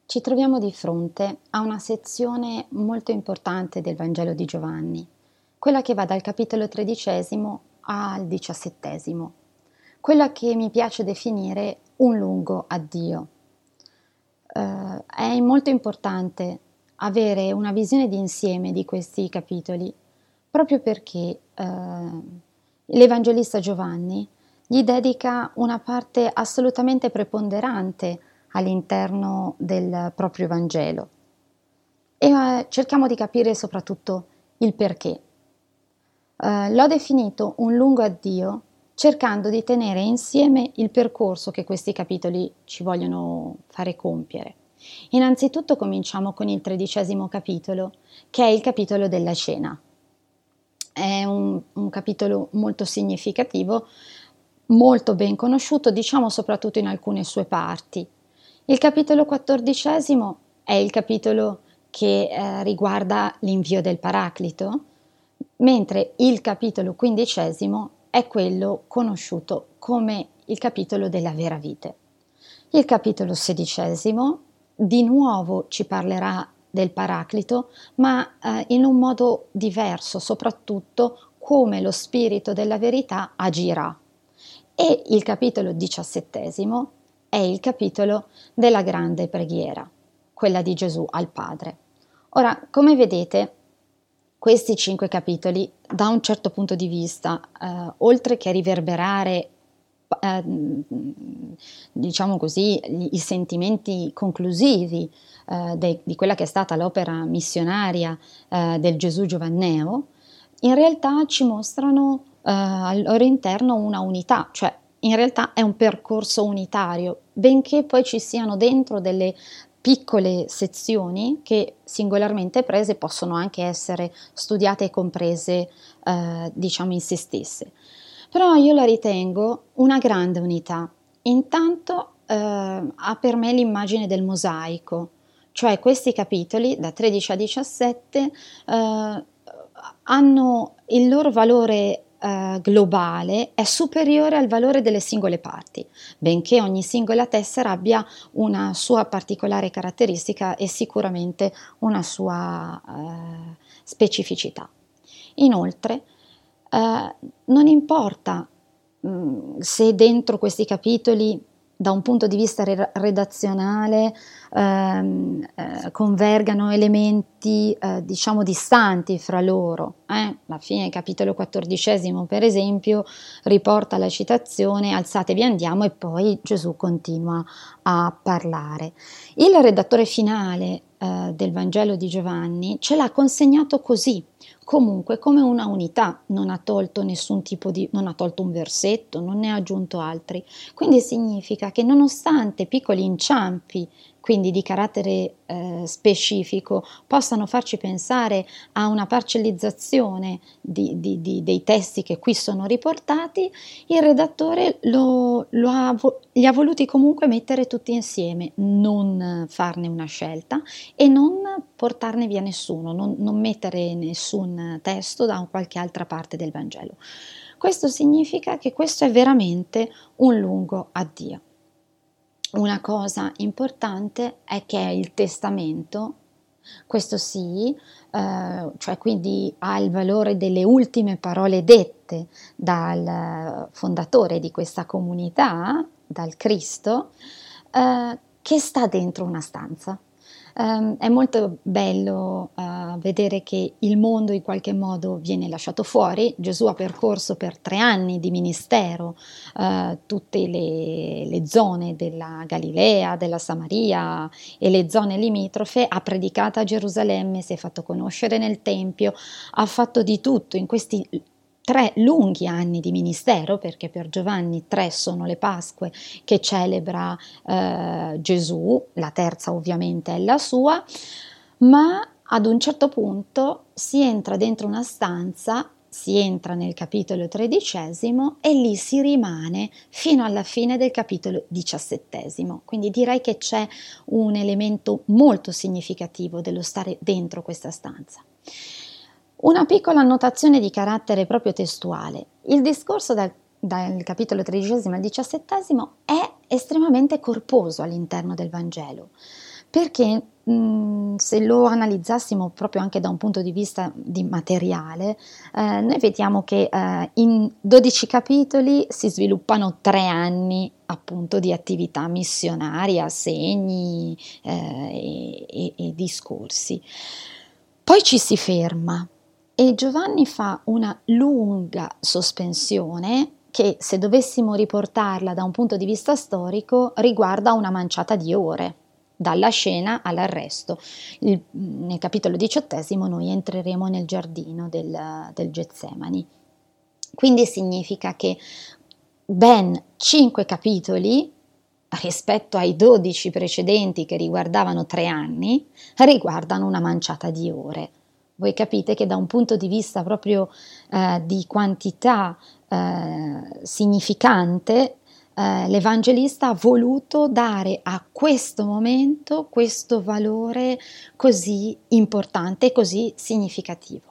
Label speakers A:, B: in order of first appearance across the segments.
A: Ci troviamo di fronte a una sezione molto importante del Vangelo di Giovanni, quella che va dal capitolo 13 al 17, quella che mi piace definire un lungo addio. È molto importante avere una visione d'insieme di questi capitoli, proprio perché l'Evangelista Giovanni gli dedica una parte assolutamente preponderante all'interno del proprio Vangelo e cerchiamo di capire soprattutto il perché. L'ho definito un lungo addio cercando di tenere insieme il percorso che questi capitoli ci vogliono fare compiere. Innanzitutto cominciamo con il 13 capitolo, che è il capitolo della cena. È un capitolo molto significativo, molto ben conosciuto, diciamo soprattutto in alcune sue parti. Il capitolo 14 è il capitolo che riguarda l'invio del Paraclito, mentre il capitolo 15 è quello conosciuto come il capitolo della vera vite. Il capitolo 16 di nuovo ci parlerà del Paraclito, ma in un modo diverso, soprattutto come lo spirito della verità agirà. E il capitolo 17 è il capitolo della grande preghiera, quella di Gesù al Padre. Ora, come vedete, questi 5 capitoli, da un certo punto di vista, oltre che riverberare, eh, diciamo così, i sentimenti conclusivi di quella che è stata l'opera missionaria del Gesù Giovanneo, in realtà ci mostrano al loro interno una unità, cioè in realtà è un percorso unitario, benché poi ci siano dentro delle piccole sezioni che singolarmente prese possono anche essere studiate e comprese, diciamo in se stesse. Però io la ritengo una grande unità. Intanto ha per me l'immagine del mosaico, cioè questi capitoli da 13 a 17 hanno il loro valore globale è superiore al valore delle singole parti, benché ogni singola tessera abbia una sua particolare caratteristica e sicuramente una sua specificità. Inoltre, non importa se dentro questi capitoli da un punto di vista redazionale convergano elementi diciamo distanti fra loro. Alla fine il capitolo 14 per esempio riporta la citazione alzatevi andiamo e poi Gesù continua a parlare. Il redattore finale del Vangelo di Giovanni ce l'ha consegnato così, comunque come una unità, non ha tolto nessun tipo di, non ha tolto un versetto, non ne ha aggiunto altri. Quindi significa che nonostante piccoli inciampi, quindi di carattere specifico, possano farci pensare a una parcellizzazione dei testi che qui sono riportati, il redattore li ha voluti comunque mettere tutti insieme, non farne una scelta e non portarne via nessuno, non mettere nessun testo da qualche altra parte del Vangelo. Questo significa che questo è veramente un lungo addio. Una cosa importante è che è il testamento, questo sì, cioè quindi ha il valore delle ultime parole dette dal fondatore di questa comunità, dal Cristo, che sta dentro una stanza. È molto bello vedere che il mondo in qualche modo viene lasciato fuori. Gesù ha percorso per 3 anni di ministero tutte le zone della Galilea, della Samaria e le zone limitrofe, ha predicato a Gerusalemme, si è fatto conoscere nel Tempio, ha fatto di tutto in questi 3 lunghi anni di ministero, perché per Giovanni 3 sono le Pasque che celebra Gesù, la terza ovviamente è la sua, ma ad un certo punto si entra dentro una stanza, si entra nel capitolo 13 e lì si rimane fino alla fine del capitolo 17. Quindi direi che c'è un elemento molto significativo dello stare dentro questa stanza. Una piccola annotazione di carattere proprio testuale. Il discorso dal capitolo 13 al 17 è estremamente corposo all'interno del Vangelo, perché se lo analizzassimo proprio anche da un punto di vista di materiale, noi vediamo che in 12 capitoli si sviluppano 3 anni appunto di attività missionaria, segni e discorsi. Poi ci si ferma e Giovanni fa una lunga sospensione che, se dovessimo riportarla da un punto di vista storico, riguarda una manciata di ore, dalla scena all'arresto. Nel capitolo 18 noi entreremo nel giardino del Getsemani. Quindi significa che ben 5 capitoli, rispetto ai 12 precedenti che riguardavano 3 anni, riguardano una manciata di ore. Voi capite che da un punto di vista proprio di quantità significante, l'Evangelista ha voluto dare a questo momento questo valore così importante e così significativo.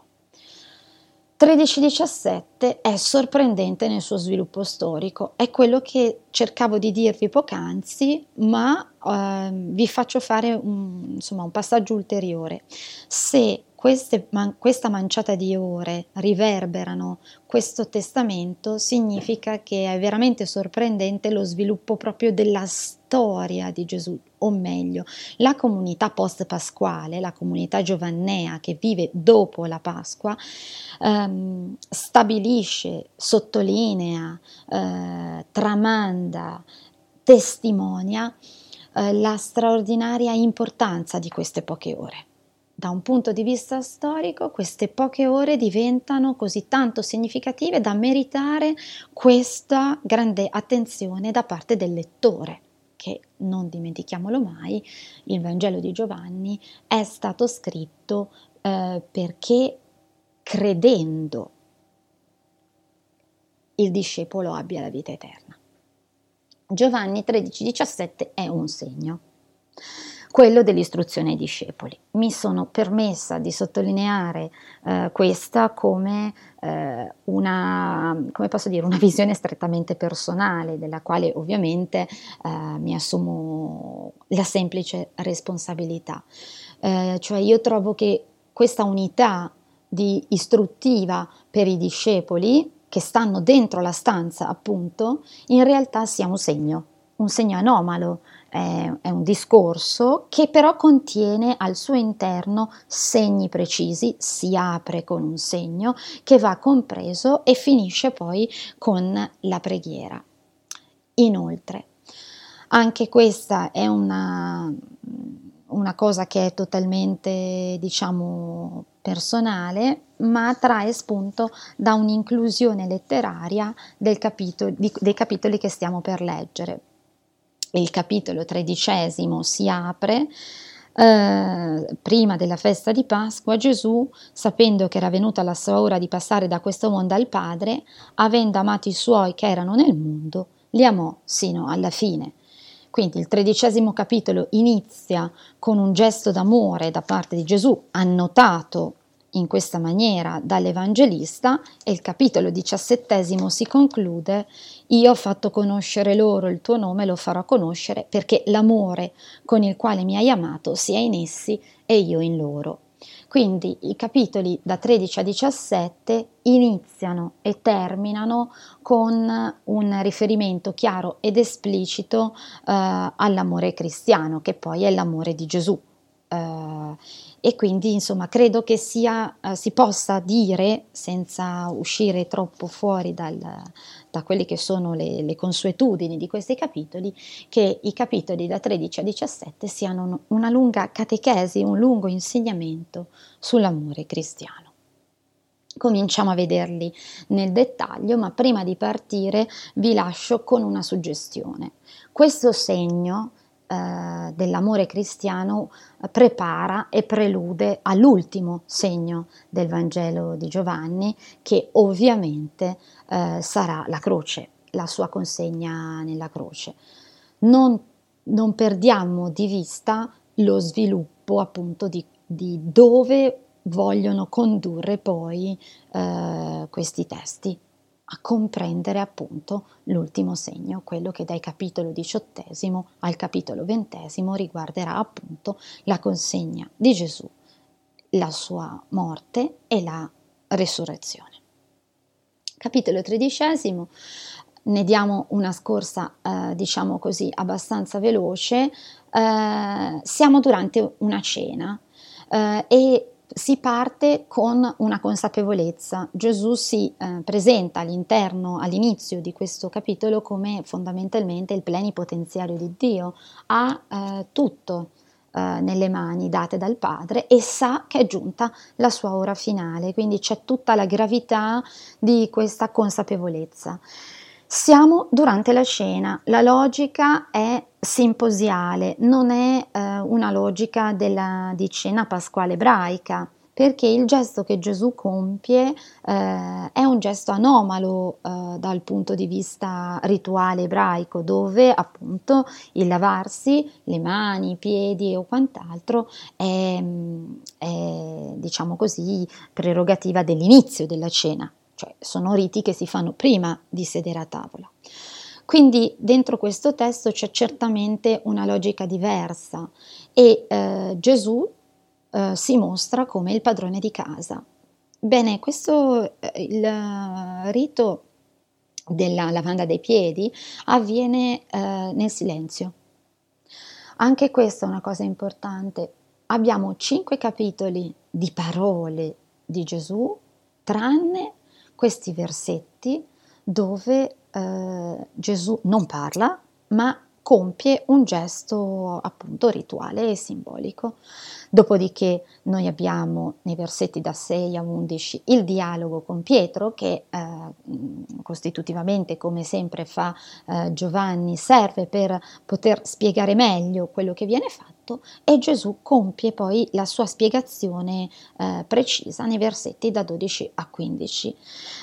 A: 13-17 è sorprendente nel suo sviluppo storico, è quello che cercavo di dirvi poc'anzi, ma vi faccio fare un passaggio ulteriore. Se questa manciata di ore riverberano questo testamento, significa che è veramente sorprendente lo sviluppo proprio della storia di Gesù, o meglio, la comunità post-pasquale, la comunità giovannea che vive dopo la Pasqua, stabilisce, sottolinea, tramanda, testimonia la straordinaria importanza di queste poche ore. Da un punto di vista storico, queste poche ore diventano così tanto significative da meritare questa grande attenzione da parte del lettore, che, non dimentichiamolo mai, il Vangelo di Giovanni è stato scritto perché, credendo, il discepolo abbia la vita eterna. Giovanni 13-17 è un segno, quello dell'istruzione ai discepoli. Mi sono permessa di sottolineare questa come una visione strettamente personale, della quale ovviamente mi assumo la semplice responsabilità. Cioè io trovo che questa unità istruttiva per i discepoli che stanno dentro la stanza, appunto, in realtà sia un segno anomalo, è un discorso che però contiene al suo interno segni precisi, si apre con un segno che va compreso e finisce poi con la preghiera. Inoltre, anche questa è una cosa che è totalmente, personale, ma trae spunto da un'inclusione letteraria dei capitoli che stiamo per leggere. Il capitolo 13 si apre prima della festa di Pasqua. Gesù, sapendo che era venuta la sua ora di passare da questo mondo al Padre, avendo amato i suoi che erano nel mondo, li amò sino alla fine. Quindi il 13 capitolo inizia con un gesto d'amore da parte di Gesù, annotato in questa maniera dall'Evangelista, e il capitolo 17 si conclude: io ho fatto conoscere loro il tuo nome, lo farò conoscere, perché l'amore con il quale mi hai amato sia in essi e io in loro. Quindi i capitoli da 13 a 17 iniziano e terminano con un riferimento chiaro ed esplicito all'amore cristiano, che poi è l'amore di Gesù. E quindi credo che si possa dire, senza uscire troppo fuori da quelle che sono le consuetudini di questi capitoli, che i capitoli da 13 a 17 siano una lunga catechesi, un lungo insegnamento sull'amore cristiano. Cominciamo a vederli nel dettaglio, ma prima di partire vi lascio con una suggestione. Questo segno dell'amore cristiano prepara e prelude all'ultimo segno del Vangelo di Giovanni, che ovviamente sarà la croce, la sua consegna nella croce. Non perdiamo di vista lo sviluppo appunto di dove vogliono condurre poi questi testi. a comprendere appunto l'ultimo segno, quello che dal capitolo 18 al capitolo 20 riguarderà appunto la consegna di Gesù, la sua morte e la resurrezione. Capitolo 13, ne diamo una scorsa, diciamo così, abbastanza veloce. Siamo durante una cena e si parte con una consapevolezza. Gesù si presenta all'inizio di questo capitolo come fondamentalmente il plenipotenziario di Dio, ha tutto nelle mani date dal Padre e sa che è giunta la sua ora finale, quindi c'è tutta la gravità di questa consapevolezza. Siamo durante la cena, la logica è simposiale, non è una logica di cena pasquale ebraica, perché il gesto che Gesù compie è un gesto anomalo dal punto di vista rituale ebraico, dove appunto il lavarsi le mani, i piedi o quant'altro è diciamo così prerogativa dell'inizio della cena, cioè sono riti che si fanno prima di sedere a tavola. Quindi dentro questo testo c'è certamente una logica diversa e Gesù si mostra come il padrone di casa. Bene, questo il rito della lavanda dei piedi avviene nel silenzio. Anche questa è una cosa importante. Abbiamo 5 capitoli di parole di Gesù, tranne questi versetti dove Gesù non parla, ma compie un gesto appunto rituale e simbolico. Dopodiché noi abbiamo nei versetti da 6 a 11 il dialogo con Pietro che costitutivamente, come sempre fa Giovanni, serve per poter spiegare meglio quello che viene fatto, e Gesù compie poi la sua spiegazione precisa nei versetti da 12 a 15.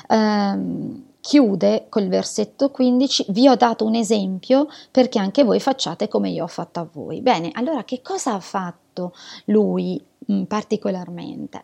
A: Chiude col versetto 15: vi ho dato un esempio perché anche voi facciate come io ho fatto a voi. Bene, allora che cosa ha fatto lui particolarmente?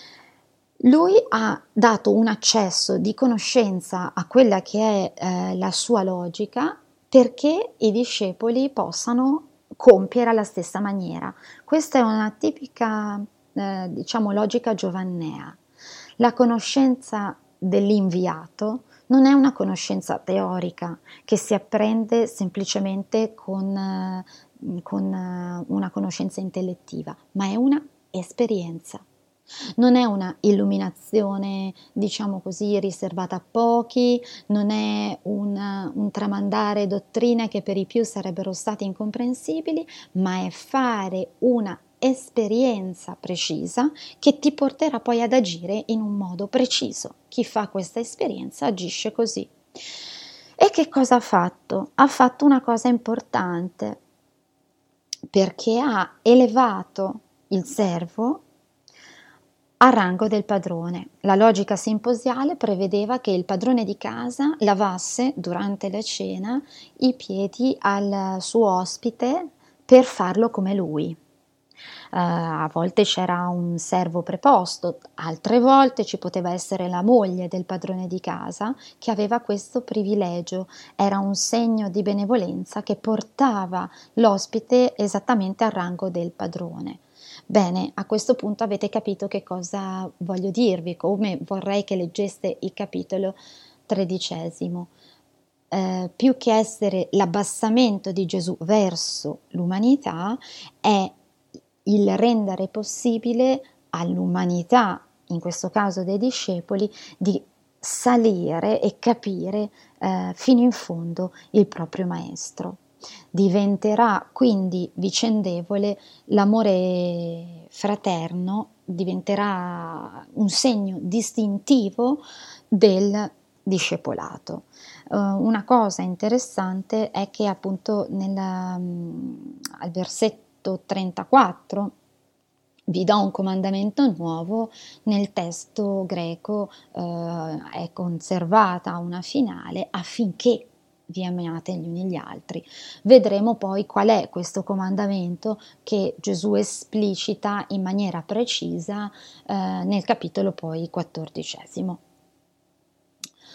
A: Lui ha dato un accesso di conoscenza a quella che è la sua logica perché i discepoli possano compiere alla stessa maniera. Questa è una tipica, diciamo, logica giovannea. La conoscenza dell'inviato non è una conoscenza teorica che si apprende semplicemente con una conoscenza intellettiva, ma è una esperienza. Non è una illuminazione, diciamo così, riservata a pochi, non è un tramandare dottrine che per i più sarebbero state incomprensibili, ma è fare una esperienza precisa che ti porterà poi ad agire in un modo preciso. Chi fa questa esperienza agisce così. E che cosa ha fatto? Ha fatto una cosa importante, perché ha elevato il servo a rango del padrone. La logica simposiale prevedeva che il padrone di casa lavasse durante la cena i piedi al suo ospite per farlo come lui. A volte c'era un servo preposto, altre volte ci poteva essere la moglie del padrone di casa che aveva questo privilegio. Era un segno di benevolenza che portava l'ospite esattamente al rango del padrone. Bene, a questo punto avete capito che cosa voglio dirvi, come vorrei che leggeste il capitolo 13. Più che essere l'abbassamento di Gesù verso l'umanità, è il rendere possibile all'umanità, in questo caso dei discepoli, di salire e capire fino in fondo il proprio maestro. Diventerà quindi vicendevole l'amore fraterno, diventerà un segno distintivo del discepolato. Una cosa interessante è che appunto al versetto 34 vi do un comandamento nuovo, nel testo greco è conservata una finale affinché vi amiate gli uni gli altri. Vedremo poi qual è questo comandamento che Gesù esplicita in maniera precisa nel capitolo poi 14.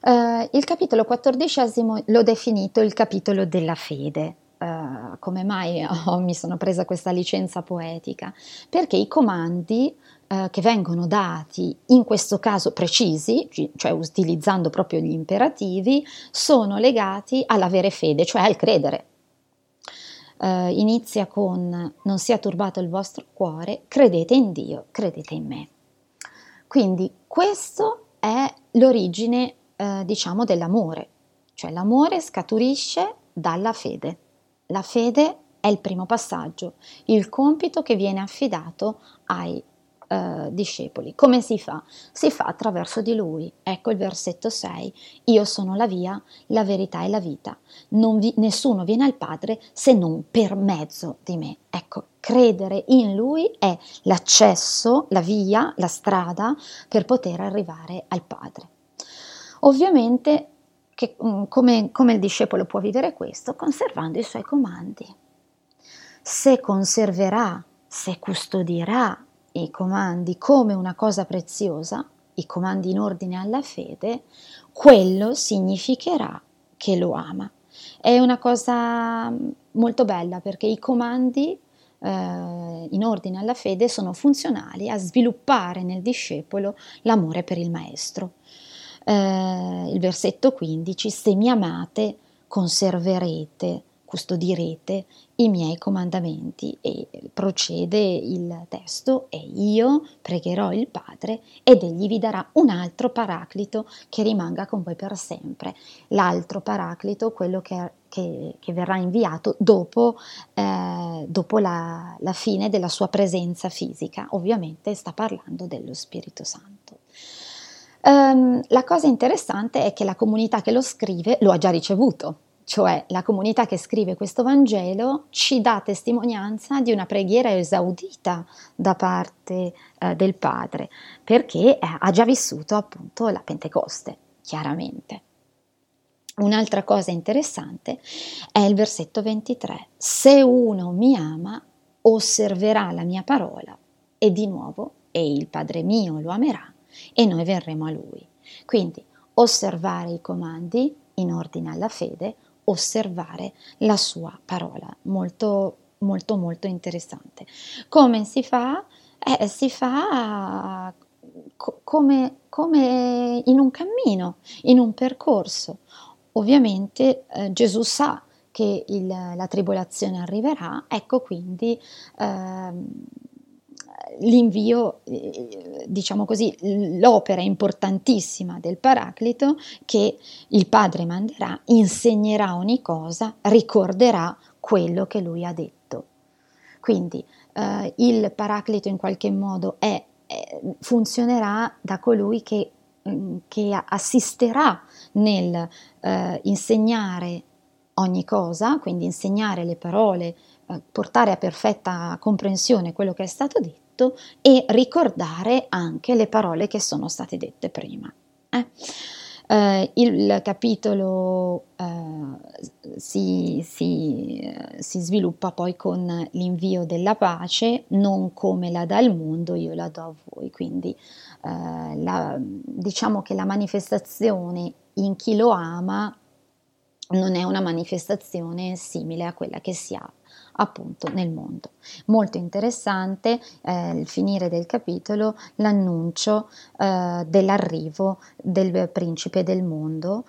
A: Il capitolo 14 l'ho definito il capitolo della fede. Come mai mi sono presa questa licenza poetica? Perché i comandi che vengono dati, in questo caso precisi, cioè utilizzando proprio gli imperativi, sono legati all'avere fede, cioè al credere. Inizia con: non sia turbato il vostro cuore, credete in Dio, credete in me. Quindi questo è l'origine, diciamo, dell'amore, cioè l'amore scaturisce dalla fede. La fede è il primo passaggio, il compito che viene affidato ai discepoli. Come si fa? Si fa attraverso di lui. Ecco il versetto 6: io sono la via, la verità e la vita. Nessuno viene al Padre se non per mezzo di me. Ecco, credere in lui è l'accesso, la via, la strada per poter arrivare al Padre. Ovviamente, come il discepolo può vivere questo? Conservando i suoi comandi. Se conserverà, se custodirà i comandi come una cosa preziosa, i comandi in ordine alla fede, quello significherà che lo ama. È una cosa molto bella, perché i comandi in ordine alla fede sono funzionali a sviluppare nel discepolo l'amore per il maestro. Il versetto 15: se mi amate, conserverete, custodirete i miei comandamenti, e procede il testo: e io pregherò il Padre ed egli vi darà un altro paraclito che rimanga con voi per sempre. L'altro paraclito, quello che verrà inviato dopo la fine della sua presenza fisica. Ovviamente sta parlando dello Spirito Santo. La cosa interessante è che la comunità che lo scrive lo ha già ricevuto, cioè la comunità che scrive questo Vangelo ci dà testimonianza di una preghiera esaudita da parte del Padre, perché ha già vissuto appunto la Pentecoste, chiaramente. Un'altra cosa interessante è il versetto 23: se uno mi ama, osserverà la mia parola, e di nuovo, e il Padre mio lo amerà, e noi verremo a lui. Quindi osservare i comandi in ordine alla fede, osservare la sua parola. Molto, molto, molto interessante. Come si fa? Si fa come in un cammino, in un percorso. Ovviamente Gesù sa che la tribolazione arriverà, ecco quindi l'invio, diciamo così, l'opera importantissima del Paraclito che il Padre manderà, insegnerà ogni cosa, ricorderà quello che lui ha detto. Quindi il Paraclito in qualche modo funzionerà da colui che assisterà nel insegnare ogni cosa, quindi insegnare le parole, portare a perfetta comprensione quello che è stato detto e ricordare anche le parole che sono state dette prima. Il capitolo si sviluppa poi con l'invio della pace: non come la dà il mondo, io la do a voi. Quindi diciamo che la manifestazione in chi lo ama non è una manifestazione simile a quella che si ha appunto nel mondo. Molto interessante il finire del capitolo, l'annuncio dell'arrivo del principe del mondo,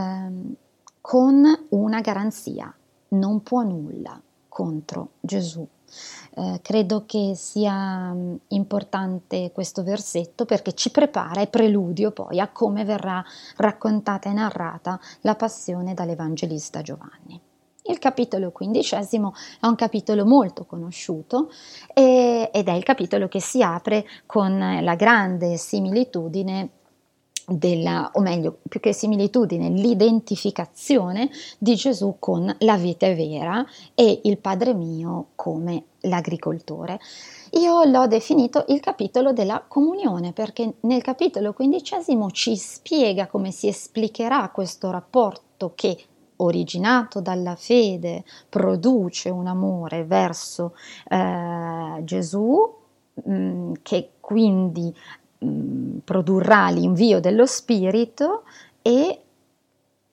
A: con una garanzia: non può nulla contro Gesù. Credo che sia importante questo versetto, perché ci prepara e preludio poi a come verrà raccontata e narrata la passione dall'Evangelista Giovanni. Il capitolo 15 è un capitolo molto conosciuto ed è il capitolo che si apre con la grande similitudine o meglio, più che similitudine, l'identificazione di Gesù con la vite vera e il Padre mio come l'agricoltore. Io l'ho definito il capitolo della comunione, perché nel capitolo 15 ci spiega come si esplicherà questo rapporto che, originato dalla fede, produce un amore verso Gesù, che quindi produrrà l'invio dello Spirito, e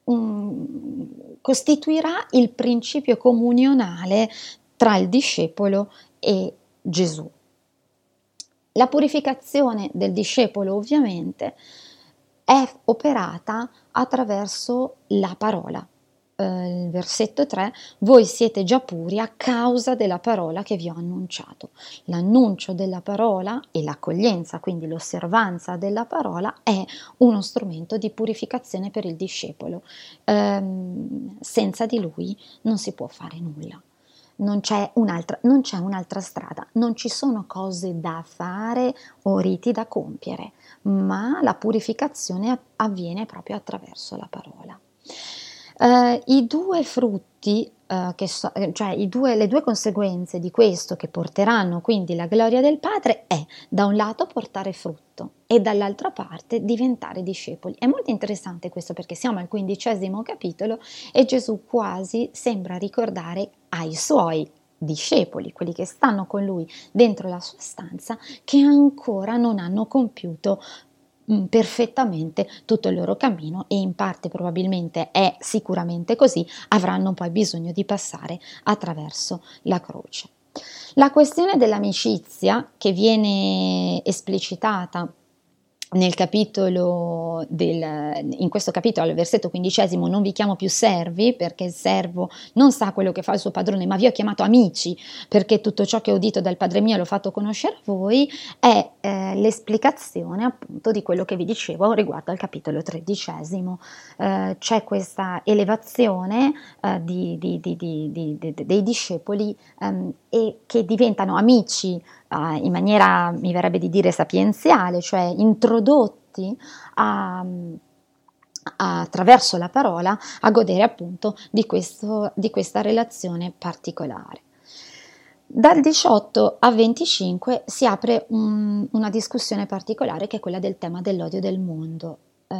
A: costituirà il principio comunionale tra il discepolo e Gesù. La purificazione del discepolo ovviamente è operata attraverso la parola. Il versetto 3, voi siete già puri a causa della parola che vi ho annunciato. L'annuncio della parola e l'accoglienza, quindi l'osservanza della parola, è uno strumento di purificazione per il discepolo. Senza di lui non si può fare nulla. Non c'è un'altra strada, non ci sono cose da fare o riti da compiere, ma la purificazione avviene proprio attraverso la parola. I due frutti, le due conseguenze di questo che porteranno quindi la gloria del Padre è da un lato portare frutto e dall'altra parte diventare discepoli. È molto interessante questo perché siamo al 15° capitolo e Gesù quasi sembra ricordare ai suoi discepoli, quelli che stanno con lui dentro la sua stanza, che ancora non hanno compiuto perfettamente tutto il loro cammino e in parte probabilmente è sicuramente così, avranno poi bisogno di passare attraverso la croce. La questione dell'amicizia che viene esplicitata in questo capitolo, al versetto 15, non vi chiamo più servi perché il servo non sa quello che fa il suo padrone, ma vi ho chiamato amici perché tutto ciò che ho udito dal Padre mio l'ho fatto conoscere a voi, è l'esplicazione appunto di quello che vi dicevo riguardo al capitolo 13. C'è questa elevazione dei discepoli e che diventano amici in maniera, mi verrebbe di dire, sapienziale, cioè introdotti attraverso la parola a godere appunto di questa relazione particolare. Dal 18 a 25 si apre una discussione particolare che è quella del tema dell'odio del mondo.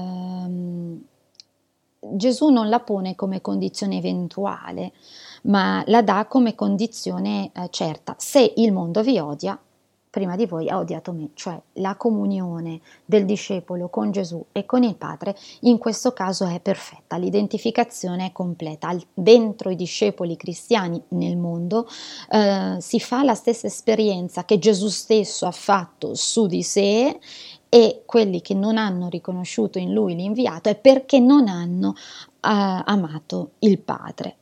A: Gesù non la pone come condizione eventuale, ma la dà come condizione certa. Se il mondo vi odia, prima di voi ha odiato me, cioè la comunione del discepolo con Gesù e con il Padre in questo caso è perfetta, l'identificazione è completa. Dentro i discepoli cristiani nel mondo si fa la stessa esperienza che Gesù stesso ha fatto su di sé, e quelli che non hanno riconosciuto in lui l'inviato è perché non hanno amato il Padre.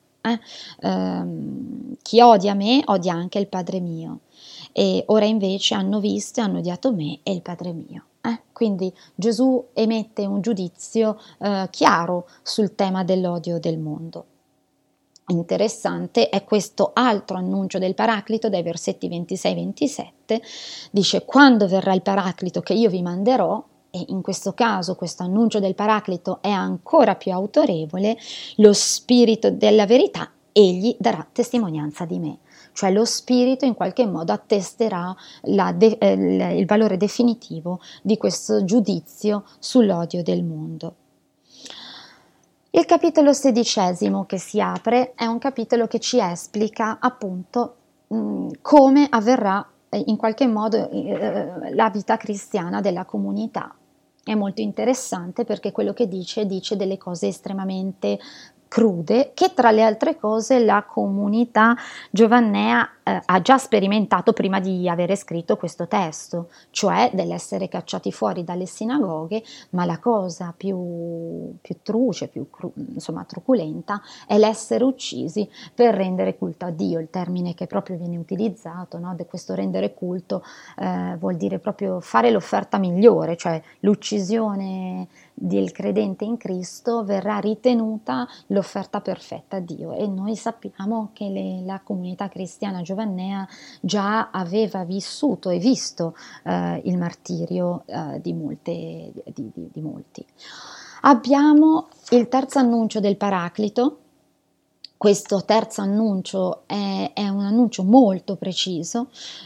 A: Chi odia me odia anche il Padre mio, e ora invece hanno visto e hanno odiato me e il Padre mio. Quindi Gesù emette un giudizio chiaro sul tema dell'odio del mondo. Interessante è questo altro annuncio del Paraclito dai versetti 26-27, dice: quando verrà il Paraclito che io vi manderò, e in questo caso questo annuncio del Paraclito è ancora più autorevole, lo Spirito della verità, egli darà testimonianza di me. Cioè lo Spirito in qualche modo attesterà il valore definitivo di questo giudizio sull'odio del mondo. Il capitolo 16 che si apre è un capitolo che ci esplica appunto come avverrà in qualche modo la vita cristiana della comunità. È molto interessante perché quello che dice delle cose estremamente crude che tra le altre cose la comunità giovannea ha già sperimentato prima di avere scritto questo testo, cioè dell'essere cacciati fuori dalle sinagoghe, ma la cosa più truce, insomma truculenta, è l'essere uccisi per rendere culto a Dio. Il termine che proprio viene utilizzato, no? Questo rendere culto vuol dire proprio fare l'offerta migliore, cioè l'uccisione del credente in Cristo verrà ritenuta l'offerta perfetta a Dio, e noi sappiamo che la comunità cristiana giovannea già aveva vissuto e visto il martirio di molti. Abbiamo il terzo annuncio del Paraclito. Questo terzo annuncio è un annuncio molto preciso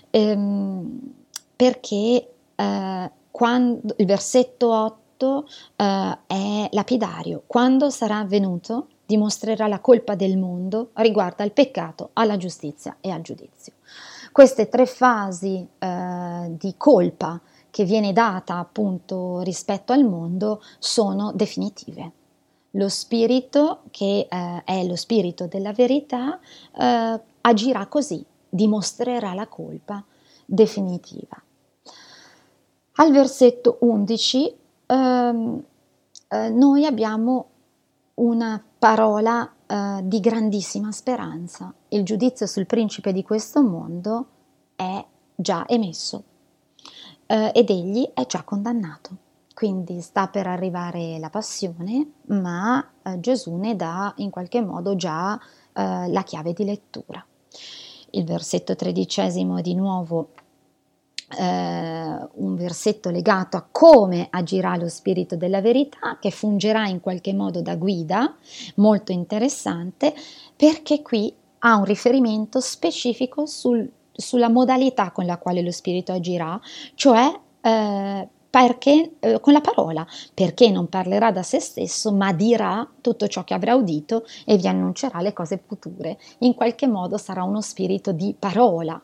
A: perché quando il versetto 8 è lapidario: quando sarà venuto dimostrerà la colpa del mondo riguardo al peccato, alla giustizia e al giudizio. Queste tre fasi di colpa che viene data appunto rispetto al mondo sono definitive. lo spirito che è lo spirito della verità agirà così, dimostrerà la colpa definitiva. Al versetto 11 noi abbiamo una parola di grandissima speranza. Il giudizio sul principe di questo mondo è già emesso ed egli è già condannato. Quindi sta per arrivare la passione, ma Gesù ne dà in qualche modo già la chiave di lettura. Il versetto 13 di nuovo un versetto legato a come agirà lo spirito della verità, che fungerà in qualche modo da guida, molto interessante, perché qui ha un riferimento specifico sulla modalità con la quale lo spirito agirà, cioè perché, con la parola, perché non parlerà da se stesso, ma dirà tutto ciò che avrà udito e vi annuncerà le cose future. In qualche modo sarà uno spirito di parola.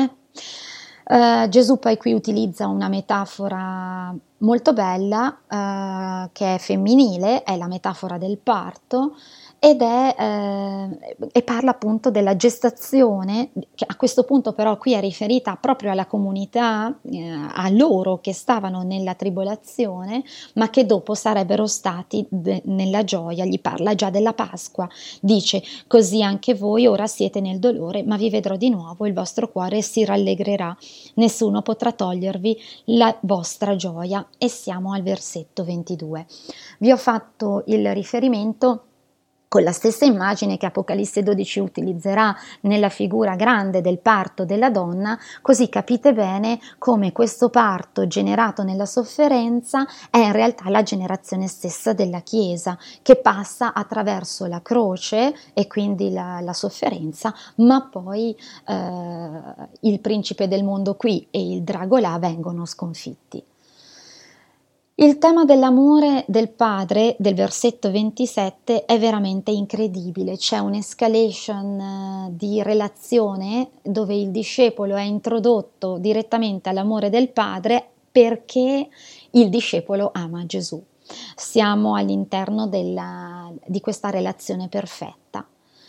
A: Gesù poi qui utilizza una metafora molto bella che è femminile, è la metafora del parto e parla appunto della gestazione, che a questo punto però qui è riferita proprio alla comunità, a loro che stavano nella tribolazione, ma che dopo sarebbero stati nella gioia. Gli parla già della Pasqua, dice: così anche voi ora siete nel dolore, ma vi vedrò di nuovo, il vostro cuore si rallegrerà, nessuno potrà togliervi la vostra gioia. E siamo al versetto 22. Vi ho fatto il riferimento con la stessa immagine che Apocalisse 12 utilizzerà nella figura grande del parto della donna, così capite bene come questo parto generato nella sofferenza è in realtà la generazione stessa della Chiesa, che passa attraverso la croce e quindi la sofferenza, ma poi il principe del mondo qui e il drago là vengono sconfitti. Il tema dell'amore del padre del versetto 27 è veramente incredibile, c'è un'escalation di relazione dove il discepolo è introdotto direttamente all'amore del padre perché il discepolo ama Gesù. Siamo all'interno di questa relazione perfetta.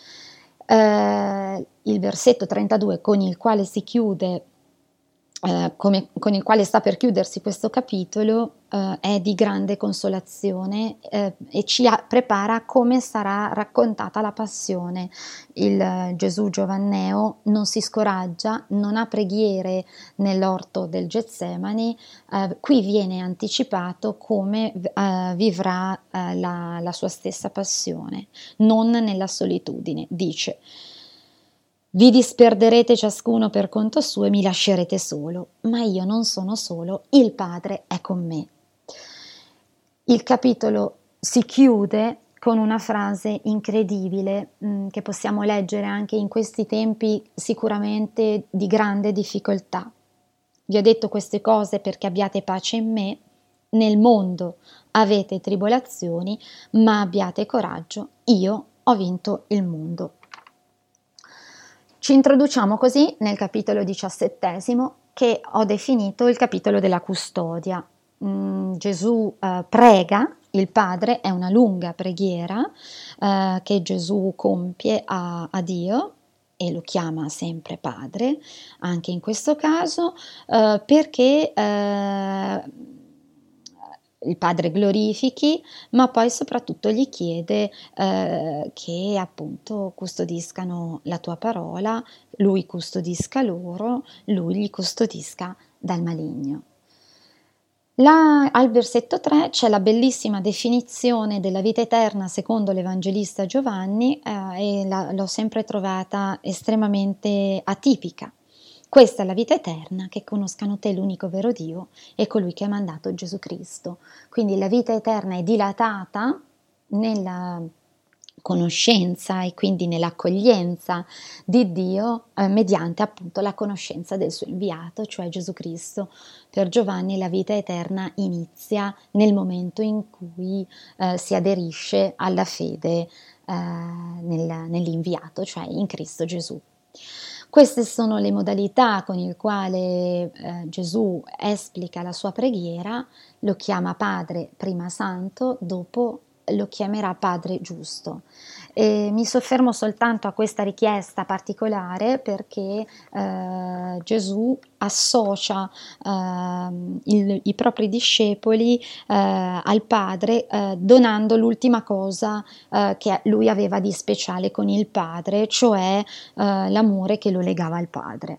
A: Il versetto 32 con il quale si chiude con il quale sta per chiudersi questo capitolo, è di grande consolazione e ci prepara come sarà raccontata la passione. Il Gesù giovanneo non si scoraggia, non ha preghiere nell'orto del Getsemani, qui viene anticipato come vivrà la sua stessa passione, non nella solitudine. Dice: vi disperderete ciascuno per conto suo e mi lascerete solo, ma io non sono solo, il Padre è con me. Il capitolo si chiude con una frase incredibile che possiamo leggere anche in questi tempi sicuramente di grande difficoltà. Vi ho detto queste cose perché abbiate pace in me, nel mondo avete tribolazioni, ma abbiate coraggio, io ho vinto il mondo. Ci introduciamo così nel capitolo 17 che ho definito il capitolo della custodia. Gesù prega il Padre, è una lunga preghiera che Gesù compie a Dio e lo chiama sempre Padre, anche in questo caso, perché il Padre glorifichi, ma poi soprattutto gli chiede che appunto custodiscano la tua parola, lui custodisca loro, lui li custodisca dal maligno. Al versetto 3 c'è la bellissima definizione della vita eterna secondo l'Evangelista Giovanni e l'ho sempre trovata estremamente atipica. Questa è la vita eterna, che conoscano te l'unico vero Dio e colui che ha mandato Gesù Cristo. Quindi la vita eterna è dilatata nella conoscenza e quindi nell'accoglienza di Dio mediante appunto la conoscenza del suo inviato, cioè Gesù Cristo. Per Giovanni la vita eterna inizia nel momento in cui si aderisce alla fede nell'inviato, cioè in Cristo Gesù. Queste sono le modalità con le quali Gesù esplica la sua preghiera, lo chiama Padre prima Santo, dopo lo chiamerà Padre giusto. E mi soffermo soltanto a questa richiesta particolare perché Gesù associa i propri discepoli al Padre, donando l'ultima cosa che lui aveva di speciale con il Padre, cioè l'amore che lo legava al Padre.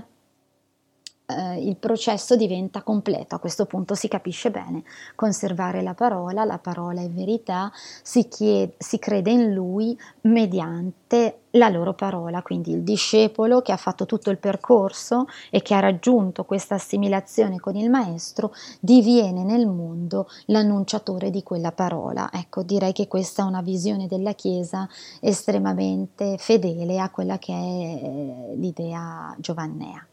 A: Il processo diventa completo, a questo punto si capisce bene, conservare la parola è verità, si crede in lui mediante la loro parola, quindi il discepolo che ha fatto tutto il percorso e che ha raggiunto questa assimilazione con il maestro diviene nel mondo l'annunciatore di quella parola. Ecco, direi che questa è una visione della Chiesa estremamente fedele a quella che è l'idea giovannea.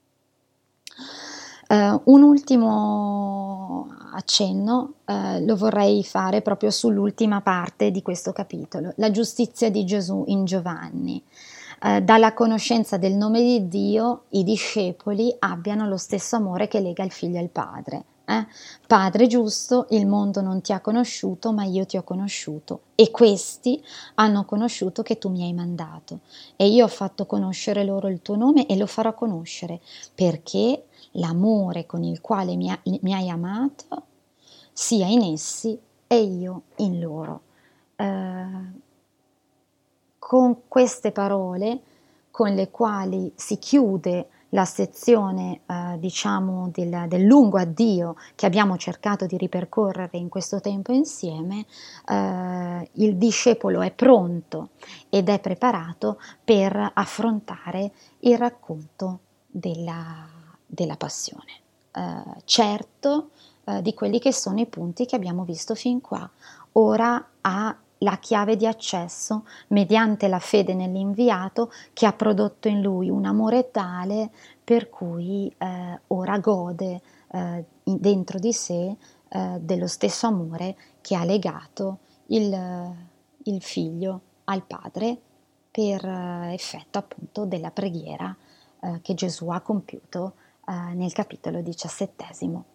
A: Un ultimo accenno lo vorrei fare proprio sull'ultima parte di questo capitolo, la giustizia di Gesù in Giovanni. Dalla conoscenza del nome di Dio i discepoli abbiano lo stesso amore che lega il figlio al padre. Padre giusto, il mondo non ti ha conosciuto, ma io ti ho conosciuto, e questi hanno conosciuto che tu mi hai mandato, e io ho fatto conoscere loro il tuo nome e lo farò conoscere, perché l'amore con il quale mi hai amato sia in essi e io in loro. Con queste parole, con le quali si chiude la sezione diciamo del lungo addio che abbiamo cercato di ripercorrere in questo tempo insieme, il discepolo è pronto ed è preparato per affrontare il racconto della passione. Certo di quelli che sono i punti che abbiamo visto fin qua. Ora ha la chiave di accesso mediante la fede nell'inviato che ha prodotto in lui un amore tale per cui ora gode dentro di sé dello stesso amore che ha legato il figlio al padre per effetto appunto della preghiera che Gesù ha compiuto nel capitolo 17.